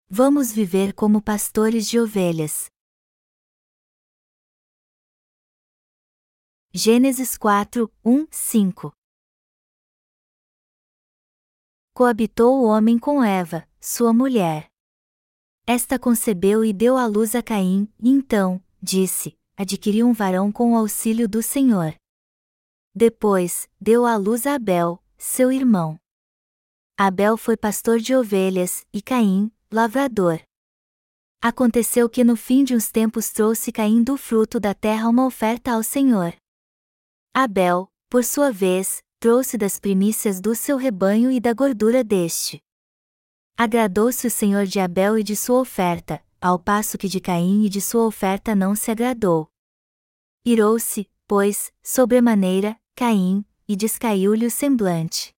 Vamos viver como pastores de ovelhas. Gênesis 4, 1, 5. Coabitou o homem com Eva, sua mulher. Esta concebeu e deu à luz a Caim, e então, disse, adquiri um varão com o auxílio do Senhor. Depois, deu à luz a Abel, seu irmão. Abel foi pastor de ovelhas, e Caim, lavrador. Aconteceu que no fim de uns tempos trouxe Caim do fruto da terra uma oferta ao Senhor. Abel, por sua vez, trouxe das primícias do seu rebanho e da gordura deste. Agradou-se o Senhor de Abel e de sua oferta, ao passo que de Caim e de sua oferta não se agradou. Irou-se, pois, sobremaneira, Caim, e descaiu-lhe o semblante.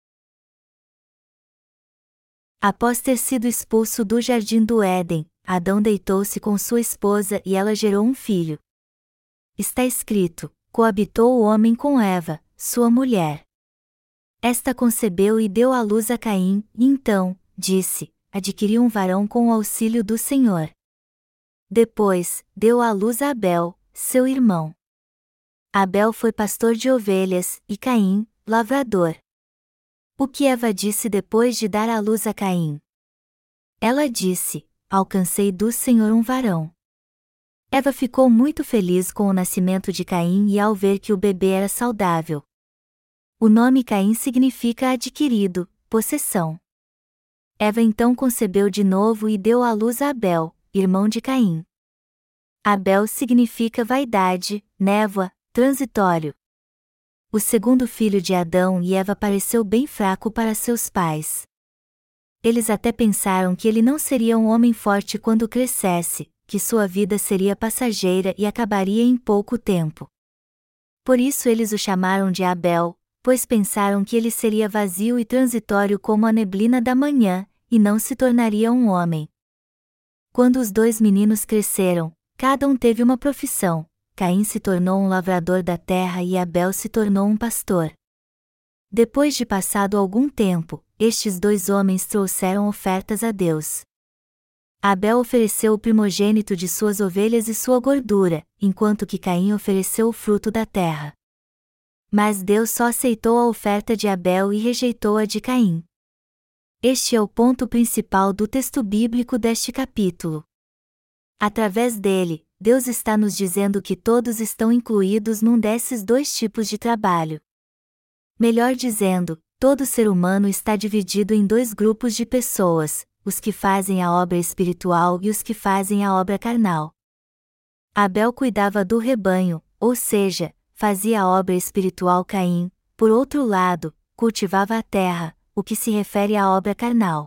Após ter sido expulso do jardim do Éden, Adão deitou-se com sua esposa e ela gerou um filho. Está escrito: coabitou o homem com Eva, sua mulher. Esta concebeu e deu à luz a Caim, e então, disse, adquiri um varão com o auxílio do Senhor. Depois, deu à luz a Abel, seu irmão. Abel foi pastor de ovelhas, e Caim, lavrador. O que Eva disse depois de dar à luz a Caim? Ela disse: alcancei do Senhor um varão. Eva ficou muito feliz com o nascimento de Caim e ao ver que o bebê era saudável. O nome Caim significa adquirido, possessão. Eva então concebeu de novo e deu à luz a Abel, irmão de Caim. Abel significa vaidade, névoa, transitório. O segundo filho de Adão e Eva pareceu bem fraco para seus pais. Eles até pensaram que ele não seria um homem forte quando crescesse, que sua vida seria passageira e acabaria em pouco tempo. Por isso eles o chamaram de Abel, pois pensaram que ele seria vazio e transitório como a neblina da manhã, e não se tornaria um homem. Quando os dois meninos cresceram, cada um teve uma profissão. Caim se tornou um lavrador da terra e Abel se tornou um pastor. Depois de passado algum tempo, estes dois homens trouxeram ofertas a Deus. Abel ofereceu o primogênito de suas ovelhas e sua gordura, enquanto que Caim ofereceu o fruto da terra. Mas Deus só aceitou a oferta de Abel e rejeitou a de Caim. Este é o ponto principal do texto bíblico deste capítulo. Através dele, Deus está nos dizendo que todos estão incluídos num desses dois tipos de trabalho. Melhor dizendo, todo ser humano está dividido em dois grupos de pessoas, os que fazem a obra espiritual e os que fazem a obra carnal. Abel cuidava do rebanho, ou seja, fazia a obra espiritual. Caim, por outro lado, cultivava a terra, o que se refere à obra carnal.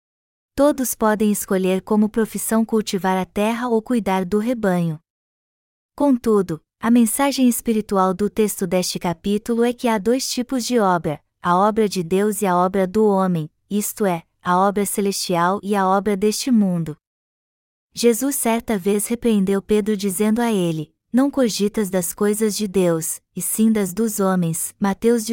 Todos podem escolher como profissão cultivar a terra ou cuidar do rebanho. Contudo, a mensagem espiritual do texto deste capítulo é que há dois tipos de obra: a obra de Deus e a obra do homem, isto é, a obra celestial e a obra deste mundo. Jesus certa vez repreendeu Pedro dizendo a ele: não cogitas das coisas de Deus, e sim das dos homens. Mateus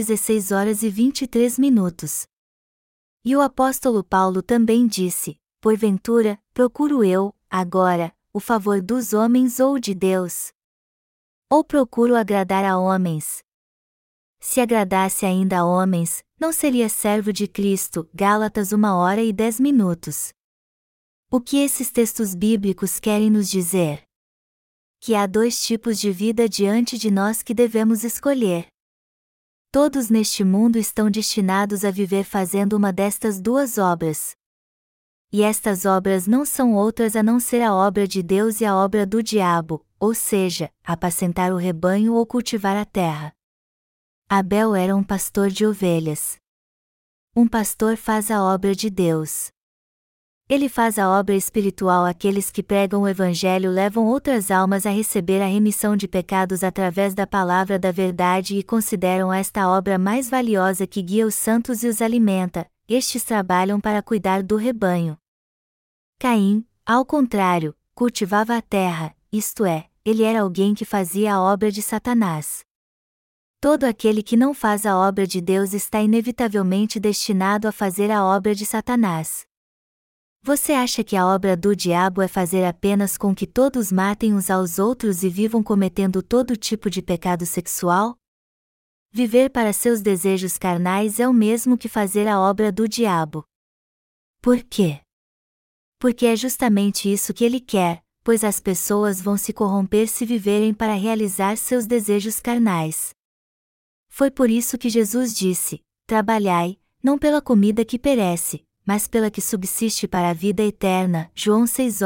16h23. E o apóstolo Paulo também disse: porventura, procuro eu, agora, o favor dos homens ou de Deus? Ou procuro agradar a homens? Se agradasse ainda a homens, não seria servo de Cristo. Gálatas 1h10. O que esses textos bíblicos querem nos dizer? Que há dois tipos de vida diante de nós que devemos escolher. Todos neste mundo estão destinados a viver fazendo uma destas duas obras. E estas obras não são outras a não ser a obra de Deus e a obra do diabo, ou seja, apacentar o rebanho ou cultivar a terra. Abel era um pastor de ovelhas. Um pastor faz a obra de Deus. Ele faz a obra espiritual. Aqueles que pregam o Evangelho levam outras almas a receber a remissão de pecados através da palavra da verdade e consideram esta obra mais valiosa que guia os santos e os alimenta. Estes trabalham para cuidar do rebanho. Caim, ao contrário, cultivava a terra, isto é, ele era alguém que fazia a obra de Satanás. Todo aquele que não faz a obra de Deus está inevitavelmente destinado a fazer a obra de Satanás. Você acha que a obra do diabo é fazer apenas com que todos matem uns aos outros e vivam cometendo todo tipo de pecado sexual? Viver para seus desejos carnais é o mesmo que fazer a obra do diabo. Por quê? Porque é justamente isso que ele quer, pois as pessoas vão se corromper se viverem para realizar seus desejos carnais. Foi por isso que Jesus disse: trabalhai, não pela comida que perece, mas pela que subsiste para a vida eterna. João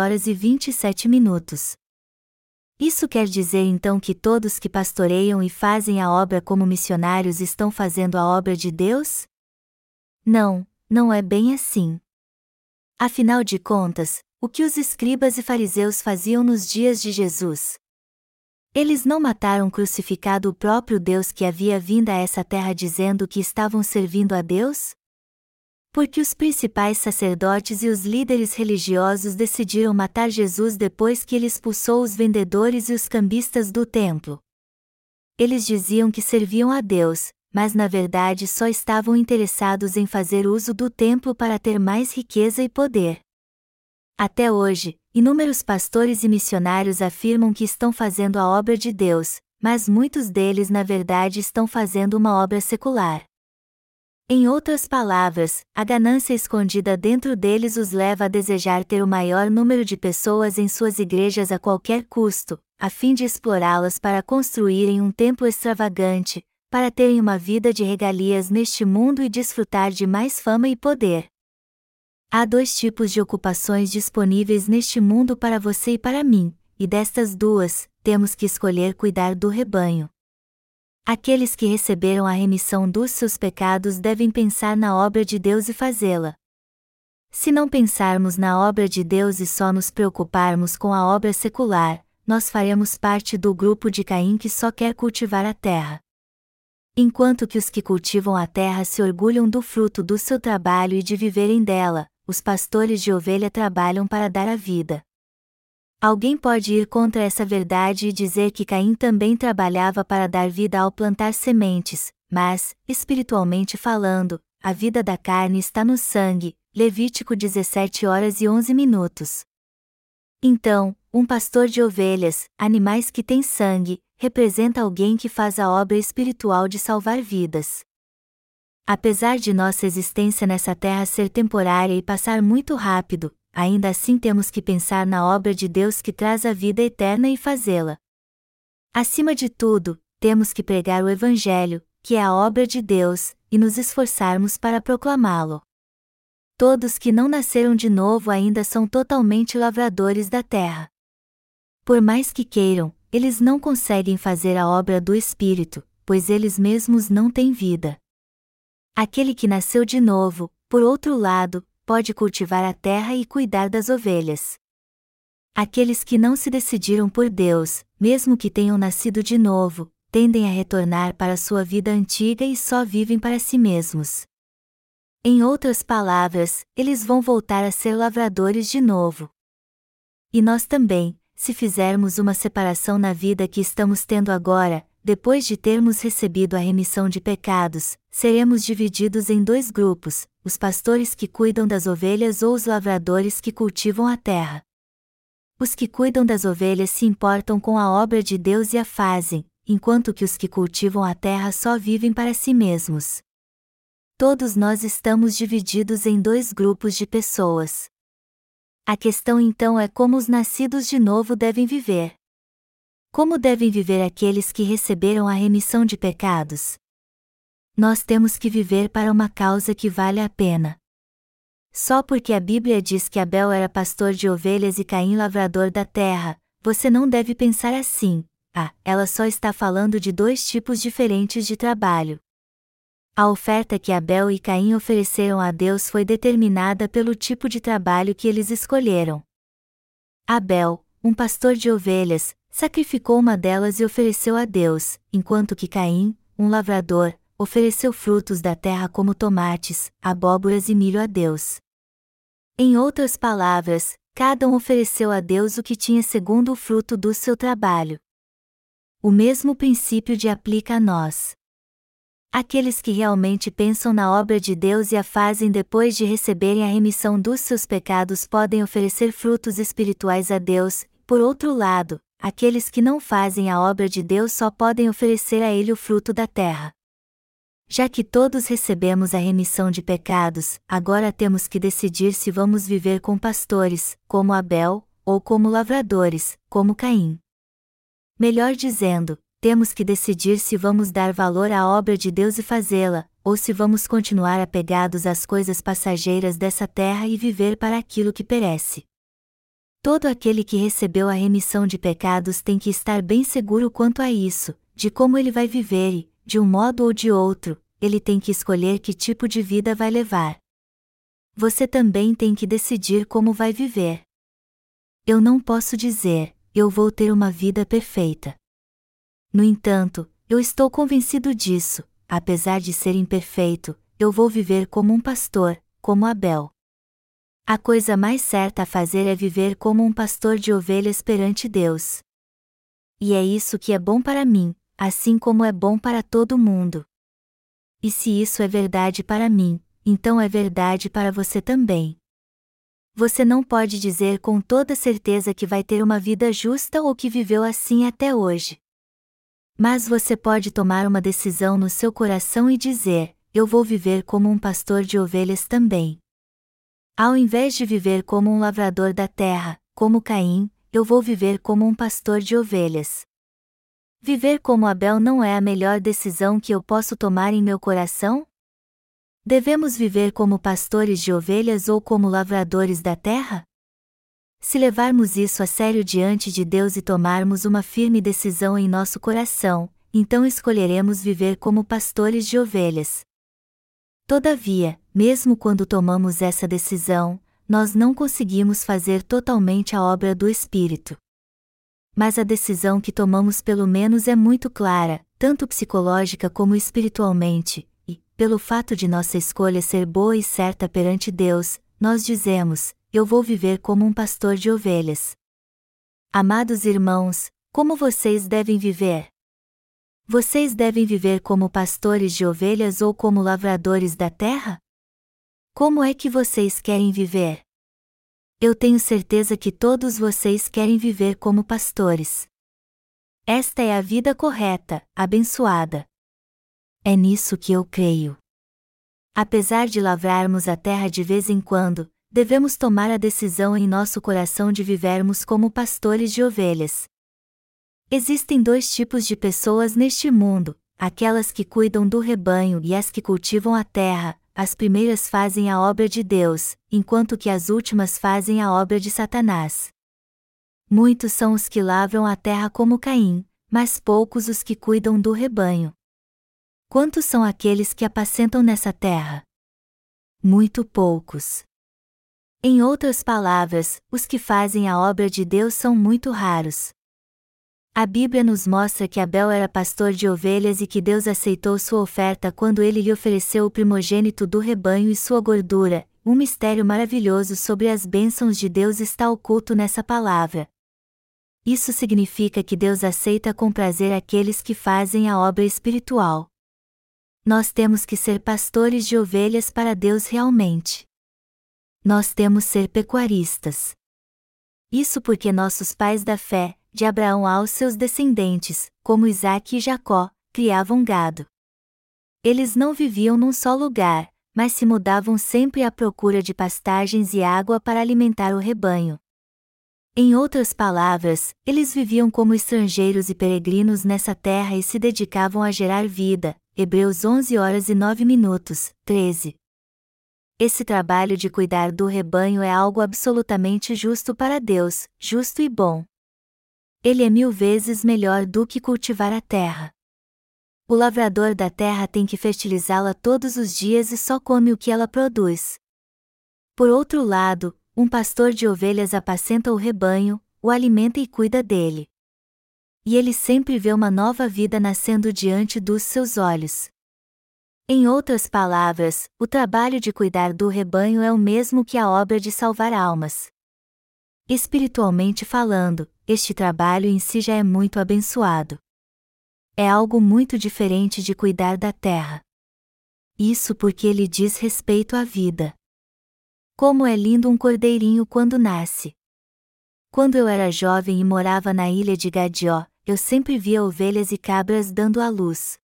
6h27. Isso quer dizer então que todos que pastoreiam e fazem a obra como missionários estão fazendo a obra de Deus? Não, não é bem assim. Afinal de contas, o que os escribas e fariseus faziam nos dias de Jesus? Eles não mataram crucificado o próprio Deus que havia vindo a essa terra dizendo que estavam servindo a Deus? Porque os principais sacerdotes e os líderes religiosos decidiram matar Jesus depois que ele expulsou os vendedores e os cambistas do templo. Eles diziam que serviam a Deus, mas na verdade só estavam interessados em fazer uso do templo para ter mais riqueza e poder. Até hoje, inúmeros pastores e missionários afirmam que estão fazendo a obra de Deus, mas muitos deles na verdade estão fazendo uma obra secular. Em outras palavras, a ganância escondida dentro deles os leva a desejar ter o maior número de pessoas em suas igrejas a qualquer custo, a fim de explorá-las para construírem um templo extravagante, para terem uma vida de regalias neste mundo e desfrutar de mais fama e poder. Há 2 tipos de ocupações disponíveis neste mundo para você e para mim, e destas 2, temos que escolher cuidar do rebanho. Aqueles que receberam a remissão dos seus pecados devem pensar na obra de Deus e fazê-la. Se não pensarmos na obra de Deus e só nos preocuparmos com a obra secular, nós faremos parte do grupo de Caim que só quer cultivar a terra. Enquanto que os que cultivam a terra se orgulham do fruto do seu trabalho e de viverem dela, os pastores de ovelha trabalham para dar a vida. Alguém pode ir contra essa verdade e dizer que Caim também trabalhava para dar vida ao plantar sementes, mas, espiritualmente falando, a vida da carne está no sangue. Levítico 17h11. Então, um pastor de ovelhas, animais que têm sangue, representa alguém que faz a obra espiritual de salvar vidas. Apesar de nossa existência nessa terra ser temporária e passar muito rápido, ainda assim temos que pensar na obra de Deus que traz a vida eterna e fazê-la. Acima de tudo, temos que pregar o Evangelho, que é a obra de Deus, e nos esforçarmos para proclamá-lo. Todos que não nasceram de novo ainda são totalmente lavradores da terra. Por mais que queiram, eles não conseguem fazer a obra do Espírito, pois eles mesmos não têm vida. Aquele que nasceu de novo, por outro lado, pode cultivar a terra e cuidar das ovelhas. Aqueles que não se decidiram por Deus, mesmo que tenham nascido de novo, tendem a retornar para sua vida antiga e só vivem para si mesmos. Em outras palavras, eles vão voltar a ser lavradores de novo. E nós também, se fizermos uma separação na vida que estamos tendo agora, depois de termos recebido a remissão de pecados, seremos divididos em 2 grupos, os pastores que cuidam das ovelhas ou os lavradores que cultivam a terra. Os que cuidam das ovelhas se importam com a obra de Deus e a fazem, enquanto que os que cultivam a terra só vivem para si mesmos. Todos nós estamos divididos em 2 grupos de pessoas. A questão então é como os nascidos de novo devem viver. Como devem viver aqueles que receberam a remissão de pecados? Nós temos que viver para uma causa que vale a pena. Só porque a Bíblia diz que Abel era pastor de ovelhas e Caim lavrador da terra, você não deve pensar assim: ela só está falando de 2 tipos diferentes de trabalho. A oferta que Abel e Caim ofereceram a Deus foi determinada pelo tipo de trabalho que eles escolheram. Abel, um pastor de ovelhas, sacrificou uma delas e ofereceu a Deus, enquanto que Caim, um lavrador, ofereceu frutos da terra como tomates, abóboras e milho a Deus. Em outras palavras, cada um ofereceu a Deus o que tinha segundo o fruto do seu trabalho. O mesmo princípio de aplica a nós. Aqueles que realmente pensam na obra de Deus e a fazem depois de receberem a remissão dos seus pecados podem oferecer frutos espirituais a Deus. Por outro lado, aqueles que não fazem a obra de Deus só podem oferecer a Ele o fruto da terra. Já que todos recebemos a remissão de pecados, agora temos que decidir se vamos viver com pastores, como Abel, ou como lavradores, como Caim. Melhor dizendo, temos que decidir se vamos dar valor à obra de Deus e fazê-la, ou se vamos continuar apegados às coisas passageiras dessa terra e viver para aquilo que perece. Todo aquele que recebeu a remissão de pecados tem que estar bem seguro quanto a isso, de como ele vai viver e, de um modo ou de outro, ele tem que escolher que tipo de vida vai levar. Você também tem que decidir como vai viver. Eu não posso dizer, eu vou ter uma vida perfeita. No entanto, eu estou convencido disso, apesar de ser imperfeito, eu vou viver como um pastor, como Abel. A coisa mais certa a fazer é viver como um pastor de ovelhas perante Deus. E é isso que é bom para mim, assim como é bom para todo mundo. E se isso é verdade para mim, então é verdade para você também. Você não pode dizer com toda certeza que vai ter uma vida justa ou que viveu assim até hoje. Mas você pode tomar uma decisão no seu coração e dizer, eu vou viver como um pastor de ovelhas também. Ao invés de viver como um lavrador da terra, como Caim, eu vou viver como um pastor de ovelhas. Viver como Abel não é a melhor decisão que eu posso tomar em meu coração? Devemos viver como pastores de ovelhas ou como lavradores da terra? Se levarmos isso a sério diante de Deus e tomarmos uma firme decisão em nosso coração, então escolheremos viver como pastores de ovelhas. Todavia, mesmo quando tomamos essa decisão, nós não conseguimos fazer totalmente a obra do Espírito. Mas a decisão que tomamos pelo menos é muito clara, tanto psicológica como espiritualmente, e, pelo fato de nossa escolha ser boa e certa perante Deus, nós dizemos, eu vou viver como um pastor de ovelhas. Amados irmãos, como vocês devem viver? Vocês devem viver como pastores de ovelhas ou como lavradores da terra? Como é que vocês querem viver? Eu tenho certeza que todos vocês querem viver como pastores. Esta é a vida correta, abençoada. É nisso que eu creio. Apesar de lavrarmos a terra de vez em quando, devemos tomar a decisão em nosso coração de vivermos como pastores de ovelhas. Existem dois tipos de pessoas neste mundo, aquelas que cuidam do rebanho e as que cultivam a terra. As primeiras fazem a obra de Deus, enquanto que as últimas fazem a obra de Satanás. Muitos são os que lavram a terra como Caim, mas poucos os que cuidam do rebanho. Quantos são aqueles que apacentam nessa terra? Muito poucos. Em outras palavras, os que fazem a obra de Deus são muito raros. A Bíblia nos mostra que Abel era pastor de ovelhas e que Deus aceitou sua oferta quando ele lhe ofereceu o primogênito do rebanho e sua gordura. Um mistério maravilhoso sobre as bênçãos de Deus está oculto nessa palavra. Isso significa que Deus aceita com prazer aqueles que fazem a obra espiritual. Nós temos que ser pastores de ovelhas para Deus realmente. Nós temos que ser pecuaristas. Isso porque nossos pais da fé, de Abraão aos seus descendentes, como Isaque e Jacó, criavam gado. Eles não viviam num só lugar, mas se mudavam sempre à procura de pastagens e água para alimentar o rebanho. Em outras palavras, eles viviam como estrangeiros e peregrinos nessa terra e se dedicavam a gerar vida. Hebreus 11h09, 13. Esse trabalho de cuidar do rebanho é algo absolutamente justo para Deus, justo e bom. Ele é 1000 vezes melhor do que cultivar a terra. O lavrador da terra tem que fertilizá-la todos os dias e só come o que ela produz. Por outro lado, um pastor de ovelhas apacenta o rebanho, o alimenta e cuida dele. E ele sempre vê uma nova vida nascendo diante dos seus olhos. Em outras palavras, o trabalho de cuidar do rebanho é o mesmo que a obra de salvar almas. Espiritualmente falando, este trabalho em si já é muito abençoado. É algo muito diferente de cuidar da terra. Isso porque ele diz respeito à vida. Como é lindo um cordeirinho quando nasce. Quando eu era jovem e morava na ilha de Gadió, eu sempre via ovelhas e cabras dando à luz.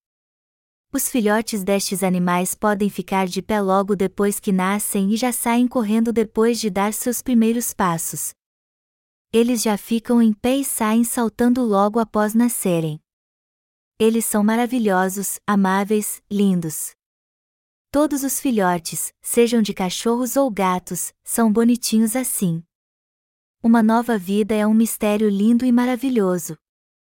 Os filhotes destes animais podem ficar de pé logo depois que nascem e já saem correndo depois de dar seus primeiros passos. Eles já ficam em pé e saem saltando logo após nascerem. Eles são maravilhosos, amáveis, lindos. Todos os filhotes, sejam de cachorros ou gatos, são bonitinhos assim. Uma nova vida é um mistério lindo e maravilhoso.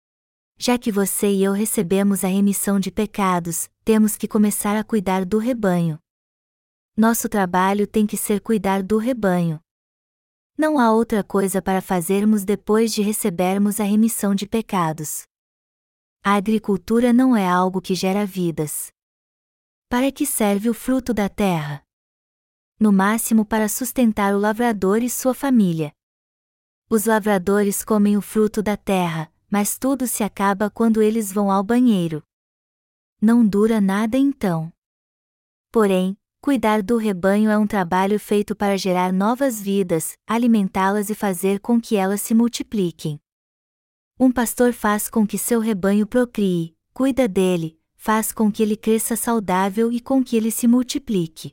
Já que você e eu recebemos a remissão de pecados, temos que começar a cuidar do rebanho. Nosso trabalho tem que ser cuidar do rebanho. Não há outra coisa para fazermos depois de recebermos a remissão de pecados. A agricultura não é algo que gera vidas. Para que serve o fruto da terra? No máximo para sustentar o lavrador e sua família. Os lavradores comem o fruto da terra, mas tudo se acaba quando eles vão ao banheiro. Não dura nada então. Porém, cuidar do rebanho é um trabalho feito para gerar novas vidas, alimentá-las e fazer com que elas se multipliquem. Um pastor faz com que seu rebanho procrie, cuida dele, faz com que ele cresça saudável e com que ele se multiplique.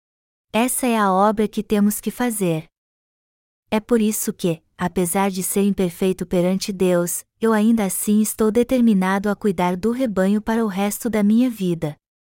Essa é a obra que temos que fazer. É por isso que, apesar de ser imperfeito perante Deus, eu ainda assim estou determinado a cuidar do rebanho para o resto da minha vida.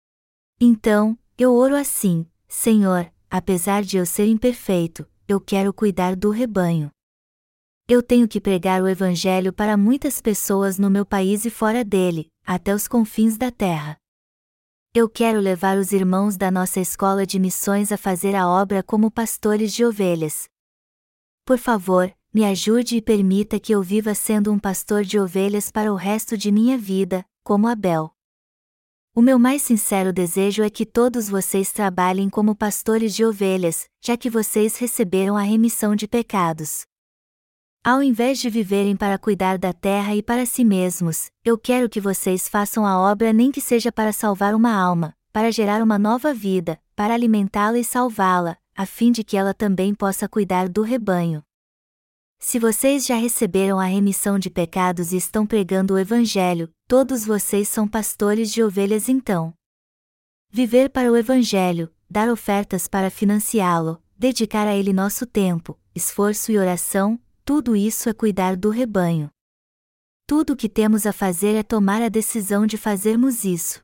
Então, eu oro assim: Senhor, apesar de eu ser imperfeito, eu quero cuidar do rebanho. Eu tenho que pregar o Evangelho para muitas pessoas no meu país e fora dele, até os confins da terra. Eu quero levar os irmãos da nossa escola de missões a fazer a obra como pastores de ovelhas. Por favor, me ajude e permita que eu viva sendo um pastor de ovelhas para o resto de minha vida, como Abel. O meu mais sincero desejo é que todos vocês trabalhem como pastores de ovelhas, já que vocês receberam a remissão de pecados. Ao invés de viverem para cuidar da terra e para si mesmos, eu quero que vocês façam a obra nem que seja para salvar uma alma, para gerar uma nova vida, para alimentá-la e salvá-la, a fim de que ela também possa cuidar do rebanho. Se vocês já receberam a remissão de pecados e estão pregando o Evangelho, todos vocês são pastores de ovelhas então. Viver para o Evangelho, dar ofertas para financiá-lo, dedicar a ele nosso tempo, esforço e oração, tudo isso é cuidar do rebanho. Tudo o que temos a fazer é tomar a decisão de fazermos isso.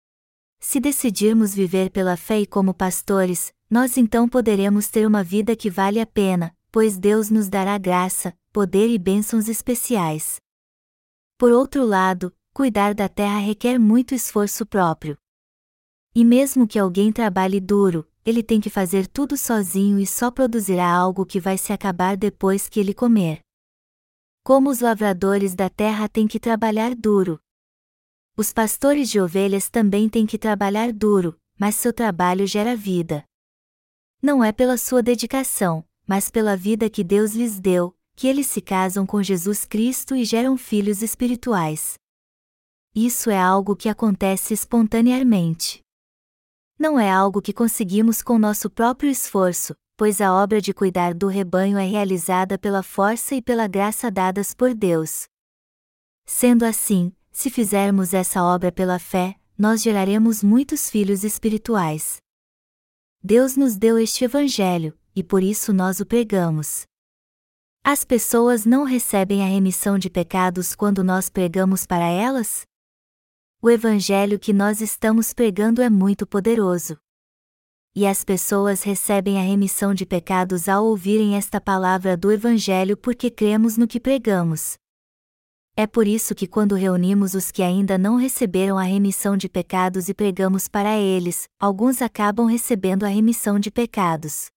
Se decidirmos viver pela fé e como pastores, nós então poderemos ter uma vida que vale a pena, pois Deus nos dará graça, poder e bênçãos especiais. Por outro lado, cuidar da terra requer muito esforço próprio. E mesmo que alguém trabalhe duro, ele tem que fazer tudo sozinho e só produzirá algo que vai se acabar depois que ele comer. Como os lavradores da terra têm que trabalhar duro. Os pastores de ovelhas também têm que trabalhar duro, mas seu trabalho gera vida. Não é pela sua dedicação, mas pela vida que Deus lhes deu, que eles se casam com Jesus Cristo e geram filhos espirituais. Isso é algo que acontece espontaneamente. Não é algo que conseguimos com nosso próprio esforço, pois a obra de cuidar do rebanho é realizada pela força e pela graça dadas por Deus. Sendo assim, se fizermos essa obra pela fé, nós geraremos muitos filhos espirituais. Deus nos deu este Evangelho, e por isso nós o pregamos. As pessoas não recebem a remissão de pecados quando nós pregamos para elas? O Evangelho que nós estamos pregando é muito poderoso. E as pessoas recebem a remissão de pecados ao ouvirem esta palavra do Evangelho porque cremos no que pregamos. É por isso que quando reunimos os que ainda não receberam a remissão de pecados e pregamos para eles, alguns acabam recebendo a remissão de pecados.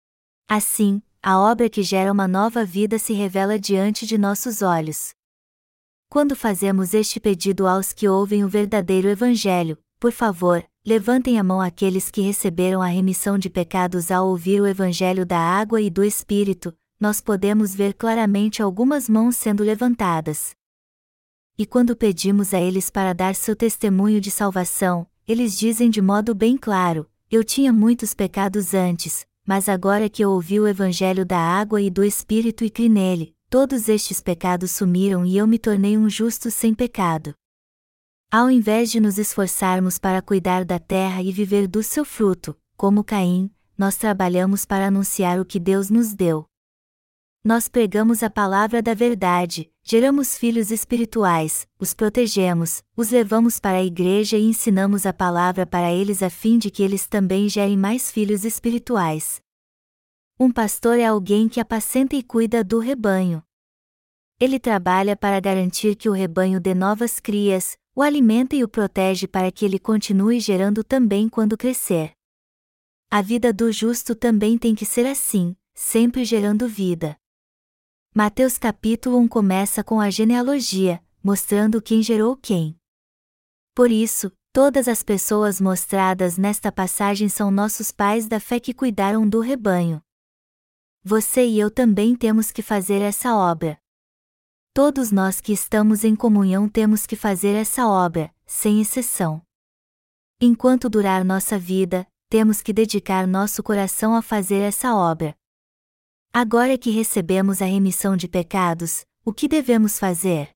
Assim, a obra que gera uma nova vida se revela diante de nossos olhos. Quando fazemos este pedido aos que ouvem o verdadeiro Evangelho, por favor, levantem a mão aqueles que receberam a remissão de pecados ao ouvir o Evangelho da água e do Espírito, nós podemos ver claramente algumas mãos sendo levantadas. E quando pedimos a eles para dar seu testemunho de salvação, eles dizem de modo bem claro: eu tinha muitos pecados antes, mas agora que eu ouvi o evangelho da água e do Espírito e criei nele, todos estes pecados sumiram e eu me tornei um justo sem pecado. Ao invés de nos esforçarmos para cuidar da terra e viver do seu fruto, como Caim, nós trabalhamos para anunciar o que Deus nos deu. Nós pregamos a palavra da verdade, geramos filhos espirituais, os protegemos, os levamos para a igreja e ensinamos a palavra para eles a fim de que eles também gerem mais filhos espirituais. Um pastor é alguém que apacenta e cuida do rebanho. Ele trabalha para garantir que o rebanho dê novas crias, o alimenta e o protege para que ele continue gerando também quando crescer. A vida do justo também tem que ser assim, sempre gerando vida. Mateus capítulo 1 começa com a genealogia, mostrando quem gerou quem. Por isso, todas as pessoas mostradas nesta passagem são nossos pais da fé que cuidaram do rebanho. Você e eu também temos que fazer essa obra. Todos nós que estamos em comunhão temos que fazer essa obra, sem exceção. Enquanto durar nossa vida, temos que dedicar nosso coração a fazer essa obra. Agora que recebemos a remissão de pecados, o que devemos fazer?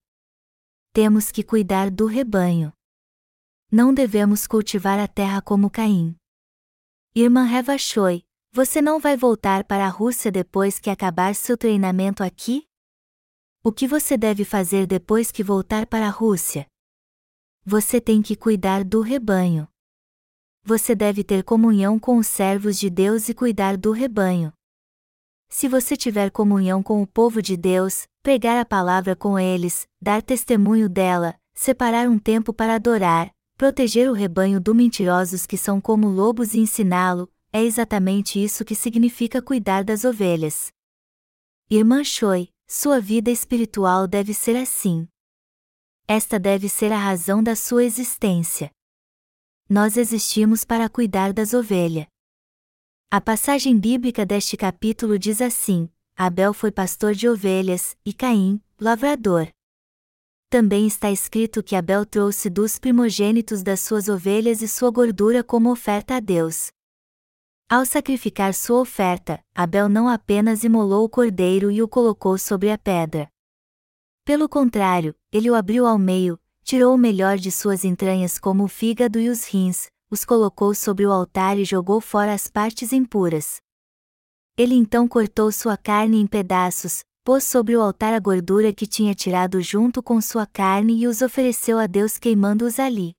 Temos que cuidar do rebanho. Não devemos cultivar a terra como Caim. Irmã Reva Choi, você não vai voltar para a Rússia depois que acabar seu treinamento aqui? O que você deve fazer depois que voltar para a Rússia? Você tem que cuidar do rebanho. Você deve ter comunhão com os servos de Deus e cuidar do rebanho. Se você tiver comunhão com o povo de Deus, pregar a palavra com eles, dar testemunho dela, separar um tempo para adorar, proteger o rebanho dos mentirosos que são como lobos e ensiná-lo, é exatamente isso que significa cuidar das ovelhas. Irmã Choi, sua vida espiritual deve ser assim. Esta deve ser a razão da sua existência. Nós existimos para cuidar das ovelhas. A passagem bíblica deste capítulo diz assim: Abel foi pastor de ovelhas, e Caim, lavrador. Também está escrito que Abel trouxe dos primogênitos das suas ovelhas e sua gordura como oferta a Deus. Ao sacrificar sua oferta, Abel não apenas imolou o cordeiro e o colocou sobre a pedra. Pelo contrário, ele o abriu ao meio, tirou o melhor de suas entranhas como o fígado e os rins, os colocou sobre o altar e jogou fora as partes impuras. Ele então cortou sua carne em pedaços, pôs sobre o altar a gordura que tinha tirado junto com sua carne e os ofereceu a Deus queimando-os ali.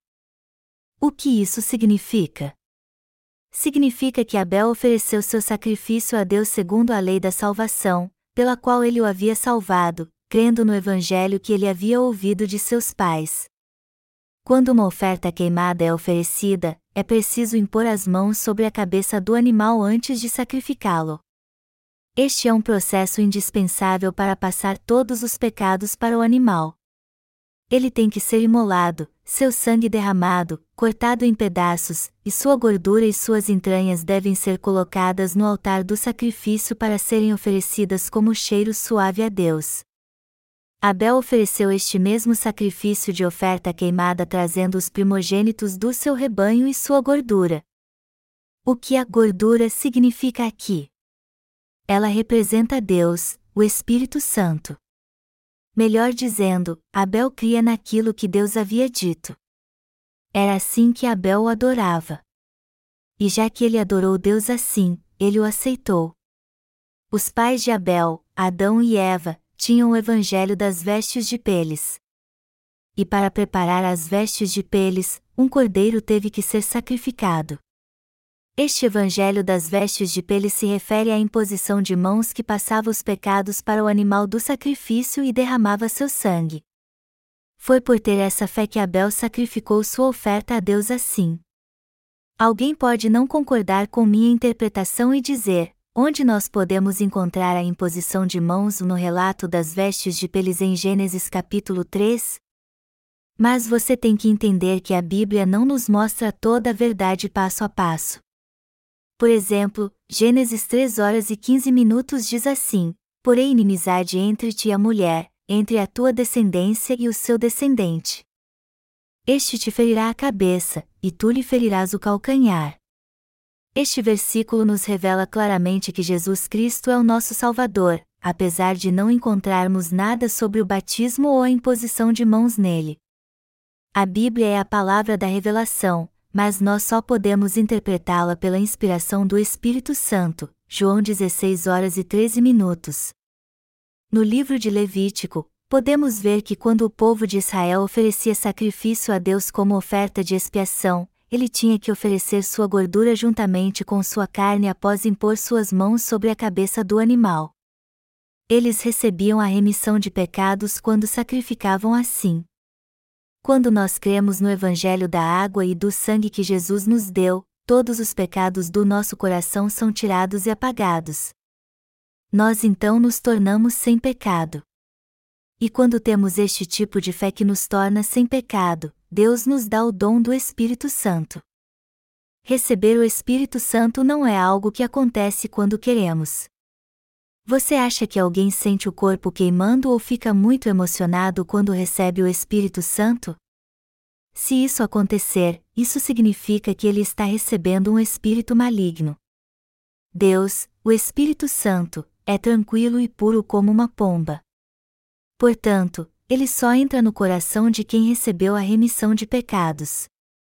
O que isso significa? Significa que Abel ofereceu seu sacrifício a Deus segundo a lei da salvação, pela qual ele o havia salvado, crendo no evangelho que ele havia ouvido de seus pais. Quando uma oferta queimada é oferecida, é preciso impor as mãos sobre a cabeça do animal antes de sacrificá-lo. Este é um processo indispensável para passar todos os pecados para o animal. Ele tem que ser imolado, seu sangue derramado, cortado em pedaços, e sua gordura e suas entranhas devem ser colocadas no altar do sacrifício para serem oferecidas como cheiro suave a Deus. Abel ofereceu este mesmo sacrifício de oferta queimada trazendo os primogênitos do seu rebanho e sua gordura. O que a gordura significa aqui? Ela representa Deus, o Espírito Santo. Melhor dizendo, Abel cria naquilo que Deus havia dito. Era assim que Abel o adorava. E já que ele adorou Deus assim, ele o aceitou. Os pais de Abel, Adão e Eva, tinham o evangelho das vestes de peles. E para preparar as vestes de peles, um cordeiro teve que ser sacrificado. Este evangelho das vestes de peles se refere à imposição de mãos que passava os pecados para o animal do sacrifício e derramava seu sangue. Foi por ter essa fé que Abel sacrificou sua oferta a Deus assim. Alguém pode não concordar com minha interpretação e dizer: onde nós podemos encontrar a imposição de mãos no relato das vestes de peles em Gênesis capítulo 3? Mas você tem que entender que a Bíblia não nos mostra toda a verdade passo a passo. Por exemplo, Gênesis 3 horas e 15 minutos diz assim: porém inimizade entre ti e a mulher, entre a tua descendência e o seu descendente. Este te ferirá a cabeça, e tu lhe ferirás o calcanhar. Este versículo nos revela claramente que Jesus Cristo é o nosso Salvador, apesar de não encontrarmos nada sobre o batismo ou a imposição de mãos nele. A Bíblia é a palavra da revelação, mas nós só podemos interpretá-la pela inspiração do Espírito Santo. João 16h13. No livro de Levítico, podemos ver que quando o povo de Israel oferecia sacrifício a Deus como oferta de expiação, ele tinha que oferecer sua gordura juntamente com sua carne após impor suas mãos sobre a cabeça do animal. Eles recebiam a remissão de pecados quando sacrificavam assim. Quando nós cremos no Evangelho da água e do sangue que Jesus nos deu, todos os pecados do nosso coração são tirados e apagados. Nós então nos tornamos sem pecado. E quando temos este tipo de fé que nos torna sem pecado, Deus nos dá o dom do Espírito Santo. Receber o Espírito Santo não é algo que acontece quando queremos. Você acha que alguém sente o corpo queimando ou fica muito emocionado quando recebe o Espírito Santo? Se isso acontecer, isso significa que ele está recebendo um espírito maligno. Deus, o Espírito Santo, é tranquilo e puro como uma pomba. Portanto, ele só entra no coração de quem recebeu a remissão de pecados.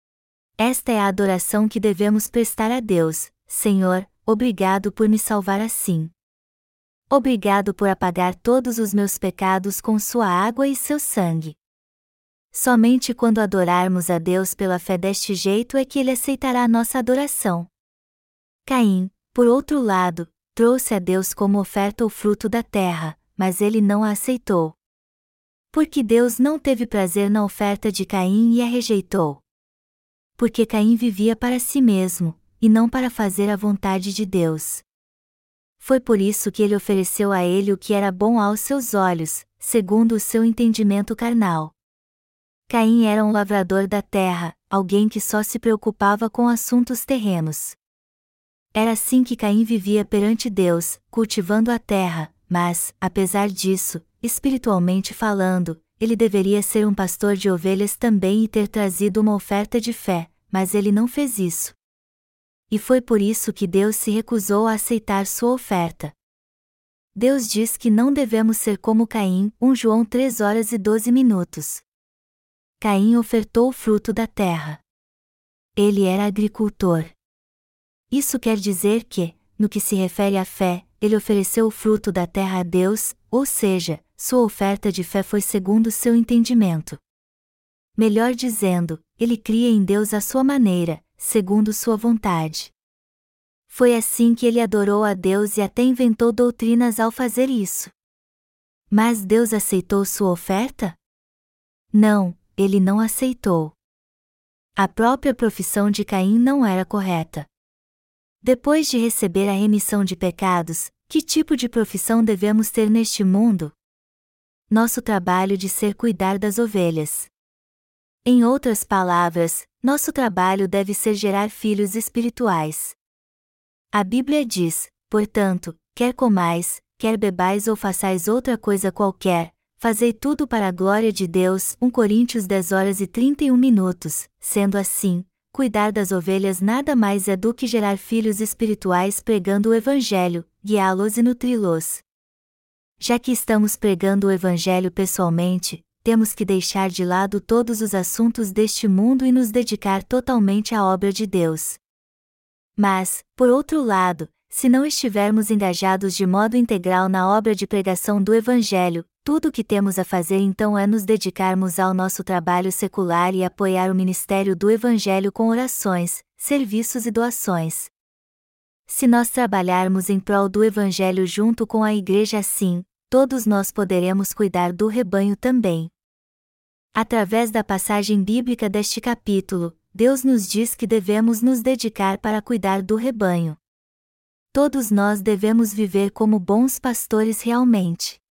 Esta é a adoração que devemos prestar a Deus: Senhor, obrigado por me salvar assim. Obrigado por apagar todos os meus pecados com sua água e seu sangue. Somente quando adorarmos a Deus pela fé deste jeito é que ele aceitará nossa adoração. Caim, por outro lado, trouxe a Deus como oferta o fruto da terra, mas ele não a aceitou. Porque Deus não teve prazer na oferta de Caim e a rejeitou. Porque Caim vivia para si mesmo, e não para fazer a vontade de Deus. Foi por isso que ele ofereceu a ele o que era bom aos seus olhos, segundo o seu entendimento carnal. Caim era um lavrador da terra, alguém que só se preocupava com assuntos terrenos. Era assim que Caim vivia perante Deus, cultivando a terra, mas, apesar disso, espiritualmente falando, ele deveria ser um pastor de ovelhas também e ter trazido uma oferta de fé, mas ele não fez isso. E foi por isso que Deus se recusou a aceitar sua oferta. Deus diz que não devemos ser como Caim, 1 João 3h12. Caim ofertou o fruto da terra. Ele era agricultor. Isso quer dizer que, no que se refere à fé, ele ofereceu o fruto da terra a Deus, ou seja, sua oferta de fé foi segundo seu entendimento. Melhor dizendo, ele cria em Deus à sua maneira, segundo sua vontade. Foi assim que ele adorou a Deus e até inventou doutrinas ao fazer isso. Mas Deus aceitou sua oferta? Não, ele não aceitou. A própria profissão de Caim não era correta. Depois de receber a remissão de pecados, que tipo de profissão devemos ter neste mundo? Nosso trabalho de ser cuidar das ovelhas. Em outras palavras, nosso trabalho deve ser gerar filhos espirituais. A Bíblia diz, portanto, quer comais, quer bebais ou façais outra coisa qualquer, fazei tudo para a glória de Deus. 1 Coríntios 10h31. Sendo assim, cuidar das ovelhas nada mais é do que gerar filhos espirituais pregando o Evangelho, guiá-los e nutri-los. Já que estamos pregando o Evangelho pessoalmente, temos que deixar de lado todos os assuntos deste mundo e nos dedicar totalmente à obra de Deus. Mas, por outro lado, se não estivermos engajados de modo integral na obra de pregação do Evangelho, tudo o que temos a fazer então é nos dedicarmos ao nosso trabalho secular e apoiar o ministério do Evangelho com orações, serviços e doações. Se nós trabalharmos em prol do Evangelho junto com a igreja assim, todos nós poderemos cuidar do rebanho também. Através da passagem bíblica deste capítulo, Deus nos diz que devemos nos dedicar para cuidar do rebanho. Todos nós devemos viver como bons pastores realmente.